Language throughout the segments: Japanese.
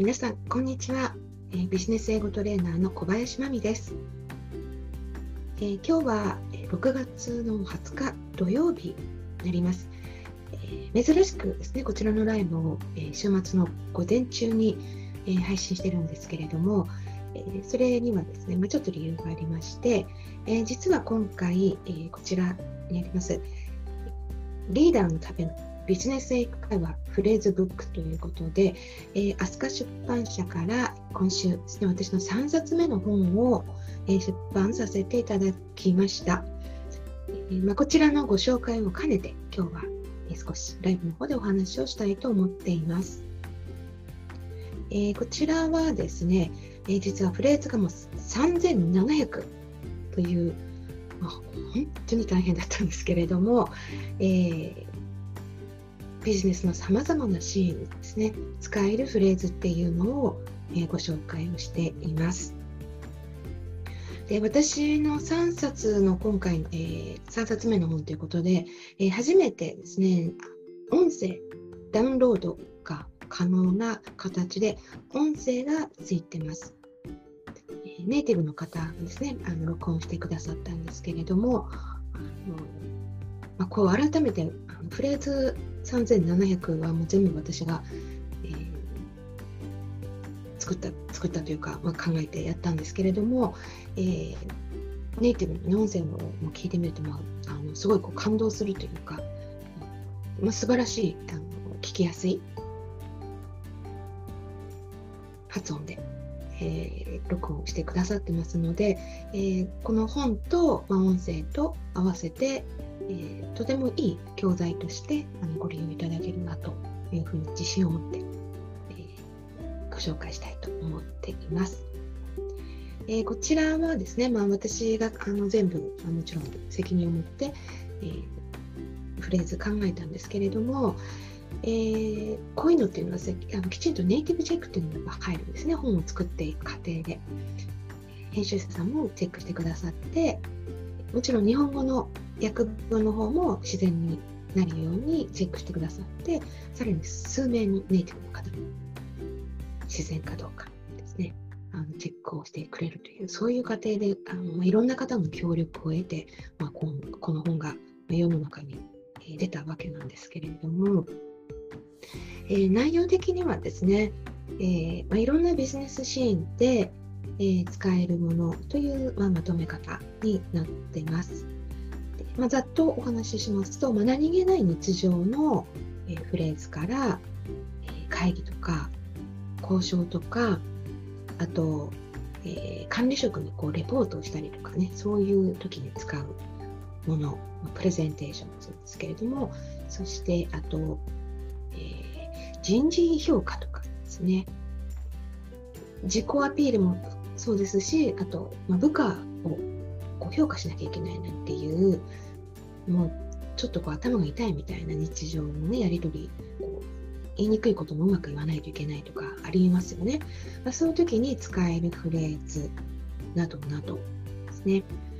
皆さんこんにちは、ビジネス英語トレーナーの小林真美です。今日は6月の20日土曜日になります。珍しくですね、こちらのライブを、週末の午前中に、配信してるんですけれども、それにはですね、ちょっと理由がありまして、実は今回、こちらにありますリーダーのためのビジネス英会話フレーズブックということで、飛鳥出版社から今週ですね、私の3冊目の本を、出版させていただきました。こちらのご紹介を兼ねて今日は、少しライブの方でお話をしたいと思っています。こちらはですね、実はフレーズがもう3700という、本当に大変だったんですけれども、ビジネスのさまざまなシーンですね、使えるフレーズっていうのを、ご紹介をしています。で、私の3冊の今回、3冊目の本ということで、初めてですね、音声ダウンロードが可能な形で音声がついてます。ネイティブの方がですね、録音してくださったんですけれども、こう改めてフレーズ3700はもう全部私が、作ったというか、考えてやったんですけれども、ネイティブの音声を聞いてみると、すごいこう感動するというか、素晴らしい聞きやすい発音で、録音してくださってますので、この本と、音声と合わせて、とてもいい教材としてご利用いただけるなというふうに自信を持って、ご紹介したいと思っています。こちらはですね、私が全部もちろん責任を持って、フレーズ考えたんですけれども、こういうのっていうのはきちんとネイティブチェックっていうのが入るんですね。本を作っていく過程で編集者さんもチェックしてくださって、もちろん日本語の訳文の方も自然になるようにチェックしてくださって、さらに数名のネイティブの方も自然かどうかですね、チェックをしてくれるという、そういう過程でいろんな方の協力を得て、この本が世の中に出たわけなんですけれども、内容的にはですね、いろんなビジネスシーンで、使えるものという、まとめ方になっています。で、ざっとお話ししますと、何気ない日常の、フレーズから、会議とか交渉とか、あと、管理職にこうレポートをしたりとかね、そういう時に使うもの、プレゼンテーションもそうですけれども、そしてあと、人事評価とかですね、自己アピールもそうですし、あと、部下をこう評価しなきゃいけないなんていう、もうちょっとこう頭が痛いみたいな日常のね、やり取り、言いにくいこともうまく言わないといけないとかありますよね。そういう時に使えるフレーズなどなどですね。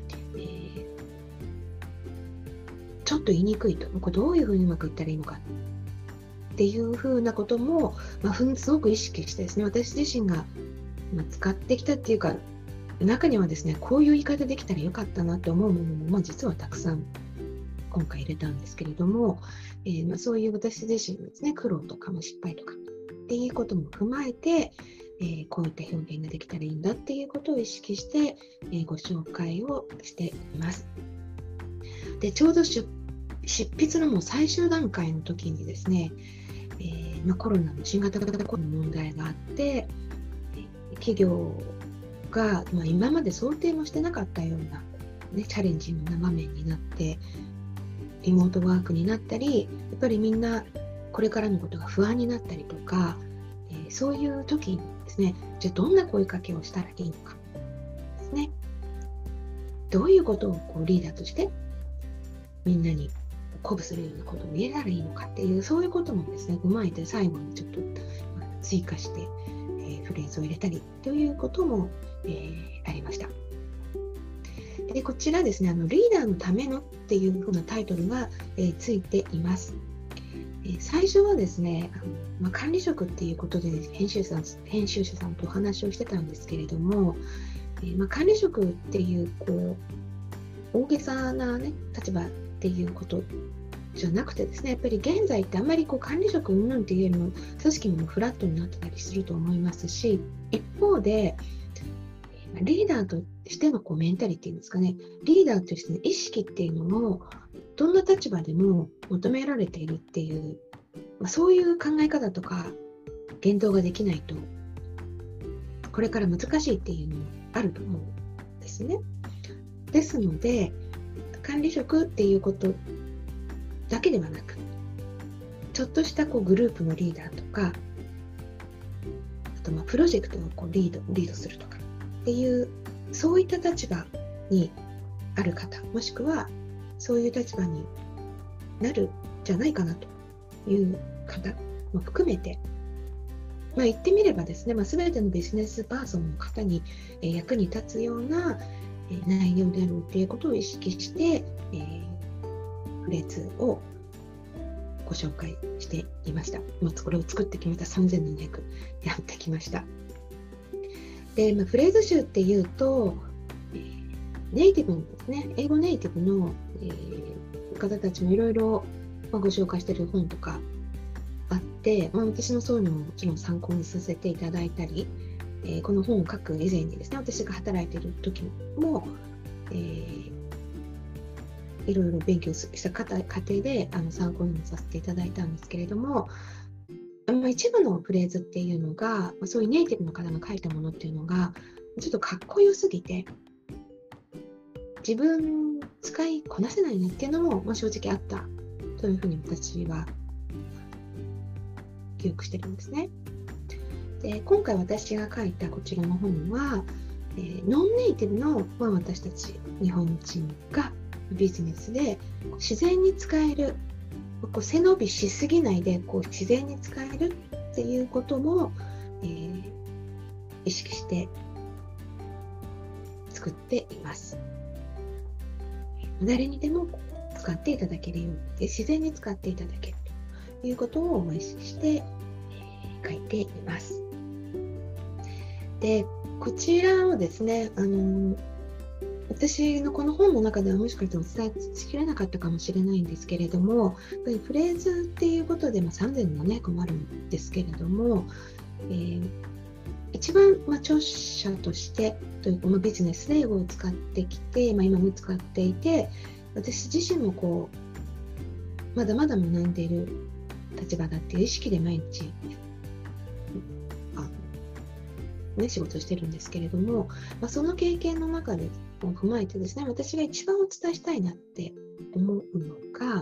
ちょっと言いにくいと、これどういうふうにうまく言ったらいいのかっていうふうなことも、すごく意識してですね、私自身が、使ってきたっていうか、中にはですね、こういう言い方できたらよかったなって思うものも、実はたくさん今回入れたんですけれども、そういう私自身のですね、苦労とかも失敗とかっていうことも踏まえて、こういった表現ができたらいいんだっていうことを意識して、ご紹介をしています。で、ちょうど執筆のもう最終段階の時にですね、コロナの新型コロナの問題があって、企業が、今まで想定もしてなかったような、チャレンジングな場面になって、リモートワークになったり、やっぱりみんなこれからのことが不安になったりとか、そういう時にですね、じゃあどんな声かけをしたらいいのかですね。どういうことをリーダーとしてみんなに鼓舞するようなことを言えたらいいのかっていう、そういうこともですね、踏まえて最後にちょっと追加して、フレーズを入れたりということも、ありました。で、こちらですね、リーダーのためのっていうふうなタイトルが、ついています。 最初はですね、管理職っていうことで編集者さんとお話をしてたんですけれども、管理職っていう大げさな、ね、立場っていうことじゃなくてですね、やっぱり現在ってあんまり管理職云々っていうよりも組織もフラットになってたりすると思いますし、一方でリーダーとしてのメンタリティですかね、リーダーとしての意識っていうのもどんな立場でも求められているっていう、そういう考え方とか言動ができないとこれから難しいっていうのもあると思うんですね。ですので管理職っていうことだけではなく、ちょっとしたグループのリーダーとか、あとプロジェクトをリードするとかっていうそういった立場にある方、もしくはそういう立場になるんじゃないかなという方も含めて、言ってみればですね、全てのビジネスパーソンの方に役に立つような内容であるということを意識してフレーズをご紹介していました。これを作ってきました。3700やってきました。で、フレーズ集っていうと、ネイティブのですね、英語ネイティブの、方たちもいろいろご紹介している本とかあって、私のそういうのももちろん参考にさせていただいたり、この本を書く以前にですね、私が働いている時も、いろいろ勉強した過程で参考にさせていただいたんですけれども、一部のフレーズっていうのが、そういうネイティブの方が書いたものっていうのがちょっとかっこよすぎて自分使いこなせないねっていうのも、正直あったというふうに私は記憶してるんですね。で、今回私が書いたこちらの本は、ノンネイティブの、私たち日本人がビジネスで自然に使える、背伸びしすぎないで自然に使えるっていうことも、意識して作っています。誰にでも使っていただけるように、自然に使っていただけるということを意識して、書いています。で、こちらをですね、私のこの本の中ではもしかしたらお伝えしきれなかったかもしれないんですけれども、フレーズっていうことで3700個もあるんですけれども、一番著者としてというか、ビジネスで英語を使ってきて、今も使っていて、私自身もまだまだ学んでいる立場だっていう意識で毎日仕事をしてるんですけれども、その経験の中で踏まえてですね、私が一番お伝えしたいなって思うのが、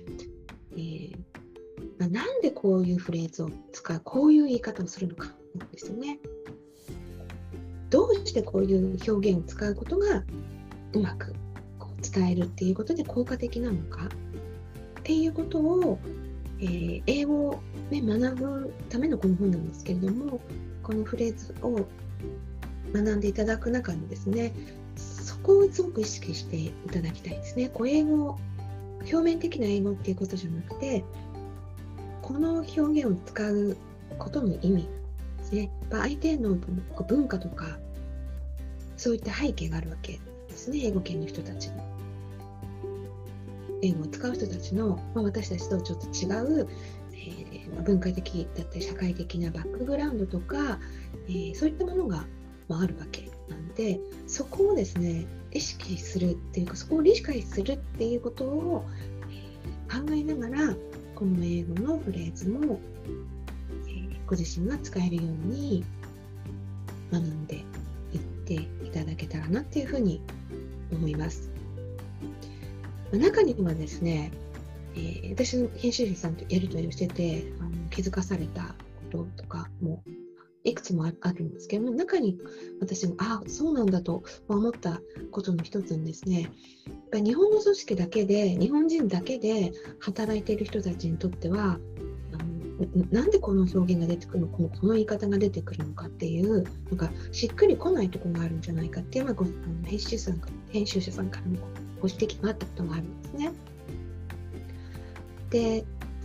なんでこういうフレーズを使う、こういう言い方をするのかなんですよね。どうしてこういう表現を使うことがうまく伝えるっていうことで効果的なのかっていうことを、英語を、学ぶためのこの本なんですけれども、このフレーズを学んでいただく中にですね、そこをすごく意識していただきたいですね。英語、表面的な英語っていうことじゃなくて、この表現を使うことの意味ですね。相手の文化とかそういった背景があるわけですね。英語圏の人たちの、英語を使う人たちの、私たちとちょっと違う、文化的だったり社会的なバックグラウンドとか、そういったものが、あるわけなので、そこをですね意識するっていうか、そこを理解するっていうことを、考えながらこの英語のフレーズも、ご自身が使えるように学んでいっていただけたらなっていうふうに思います。中にはですね、私の編集者さんとやり取りをしてて気づかされたこととかもいくつもあるんですけども、中に私もそうなんだと思ったことの一つにですね、やっぱり日本の組織だけで、日本人だけで働いている人たちにとってはなんでこの表現が出てくるの、この言い方が出てくるのかっていうのがしっくりこないところがあるんじゃないかっていうのが編集者さんからのご指摘があったことがあるんですね。で、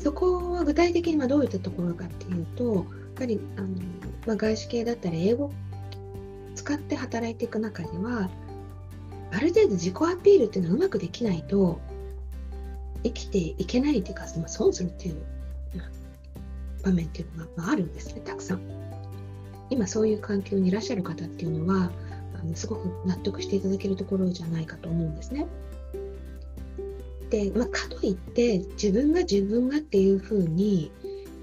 そこは具体的にどういったところかっていうと、やっぱり外資系だったら英語を使って働いていく中では、ある程度自己アピールっていうのはうまくできないと生きていけないというか、損するっていう場面っていうのがあるんですね、たくさん。今そういう環境にいらっしゃる方っていうのはすごく納得していただけるところじゃないかと思うんですね。で、かといって自分がっていうふうに、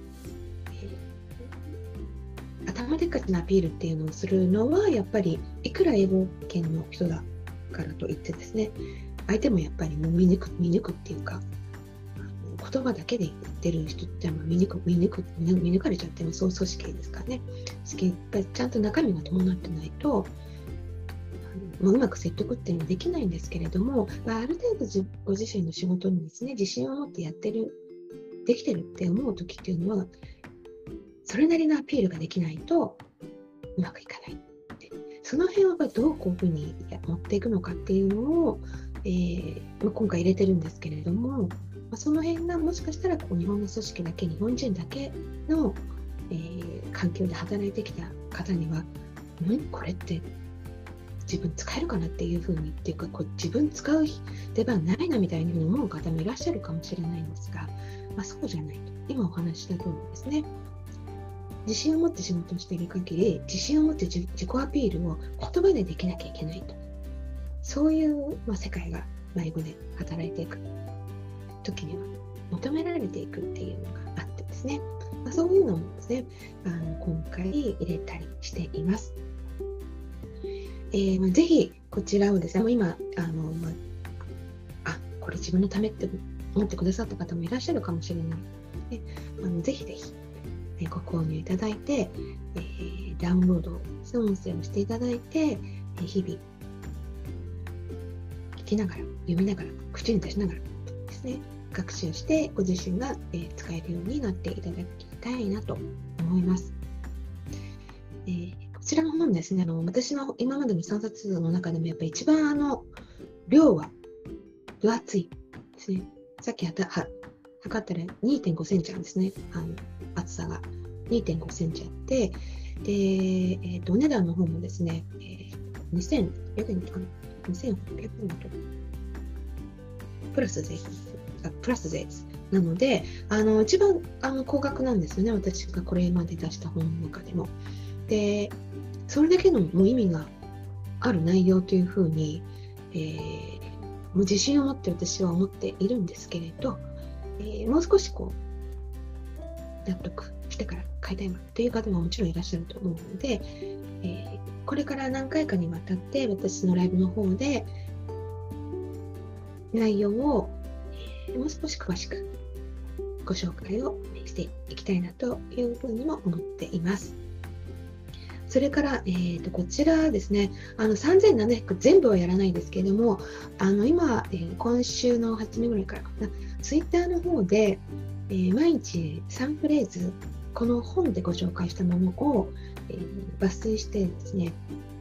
頭でっかちなアピールっていうのをするのは、やっぱりいくら英語圏の人だからといってですね、相手もやっぱり見抜くっていうか、言葉だけで言ってる人って見抜かれちゃってる、そう組織ですからね。ちゃんと中身が伴ってないとうまく説得っていうのはできないんですけれども、ある程度ご自身の仕事にですね、自信を持ってできてるって思う時っていうのは、それなりのアピールができないとうまくいかない。その辺はどうこういうふうに持っていくのかっていうのを、今回入れてるんですけれども、その辺がもしかしたら日本の組織だけ、日本人だけの、環境で働いてきた方には、これって自分使えるかなっていうふうにっていうか、自分使う出番ないなみたいに思う方もいらっしゃるかもしれないんですが、そうじゃないと。今お話しした通りですね。自信を持って仕事をしている限り、自信を持って自己アピールを言葉でできなきゃいけないと。そういう、世界が英語で働いていく時には求められていくっていうのがあってですね、そういうのもですね、今回入れたりしています。ぜひこちらをですね、今これ自分のためって思ってくださった方もいらっしゃるかもしれないので、ぜひぜひご購入いただいて、ダウンロード音声をしていただいて、日々聞きながら、読みながら、口に出しながらですね、学習してご自身が使えるようになっていただきたいなと思います。こちらの本ですね、私の今までの3冊の中でもやっぱり一番量は分厚いですね。さっき測ったら 2.5 センチなんですね。厚さが 2.5 センチあって、で、お値段の方もですね、2800円とか2800円とプラス税なので、一番高額なんですよね、私がこれまで出した本の中でも。で、それだけのもう意味がある内容というふうに、もう自信を持って私は思っているんですけれど、もう少し納得してから買いたいわという方ももちろんいらっしゃると思うので、これから何回かにわたって私のライブの方で内容をもう少し詳しくご紹介をしていきたいなというふうにも思っています。それから、こちらですね、3700全部はやらないですけれども、今、今週の初めぐらいからかな、ツイッターの方で、毎日3フレーズ、この本でご紹介したものを、抜粋してですね、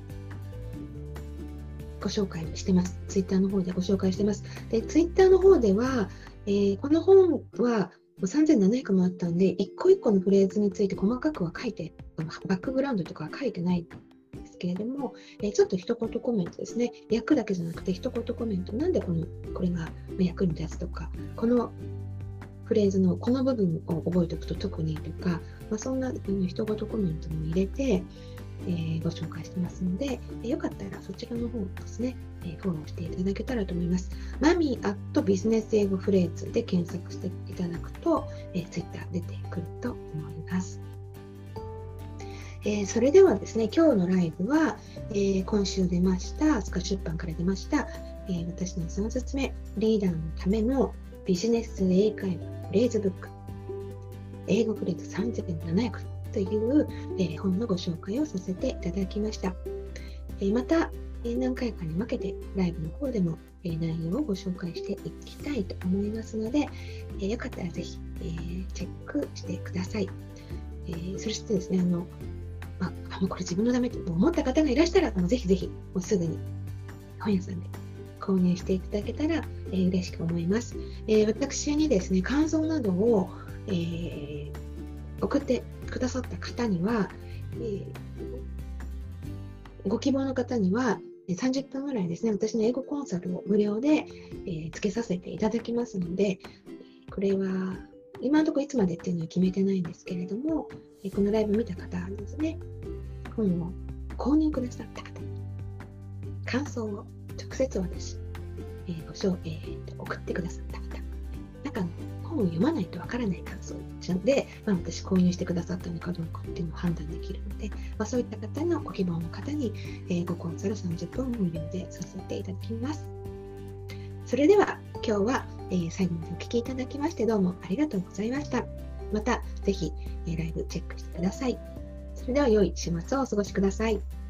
ご紹介してます。ツイッターの方でご紹介してます。で、ツイッターの方では、この本は3700もあったんで、一個一個のフレーズについて細かくは書いて、バックグラウンドとかは書いてないんですけれども、ちょっと一言コメントですね。訳だけじゃなくて一言コメント。なんでこれが役に立つとか、このフレーズのこの部分を覚えておくと特にとか、そんな一言コメントも入れて、ご紹介してますので、よかったらそちらの方ですね、フォローしていただけたらと思います。マミービジネス英語フレーズで検索していただくと、ツイッター出てくると思います。それではですね、今日のライブは、今週出ました、スカ出版から出ました、私の3冊目、リーダーのためのビジネス英会話フレーズブック、英語フレーズ3700という、本のご紹介をさせていただきました。また、何回かに分けてライブの方でも、内容をご紹介していきたいと思いますので、よかったらぜひ、チェックしてください。そしてですね、これ自分のためと思った方がいらしたら、ぜひぜひもうすぐに本屋さんで購入していただけたら、嬉しく思います。私にですね、感想などを送ってくださった方には、ご希望の方には30分ぐらいですね、私の英語コンサルを無料で、つけさせていただきますので、これは今のところいつまでっていうのは決めてないんですけれども、このライブ見た方ですね、本を購入くださった方、感想を直接私、送ってくださった方、中の本を読まないとわからない感想で、私購入してくださったのかどうかっていうのを判断できるので、そういった方のご希望の方に、ごコンサル30分無料でさせていただきます。それでは今日は、最後までお聞きいただきましてどうもありがとうございました。またぜひ、ライブチェックしてください。それでは良い週末をお過ごしください。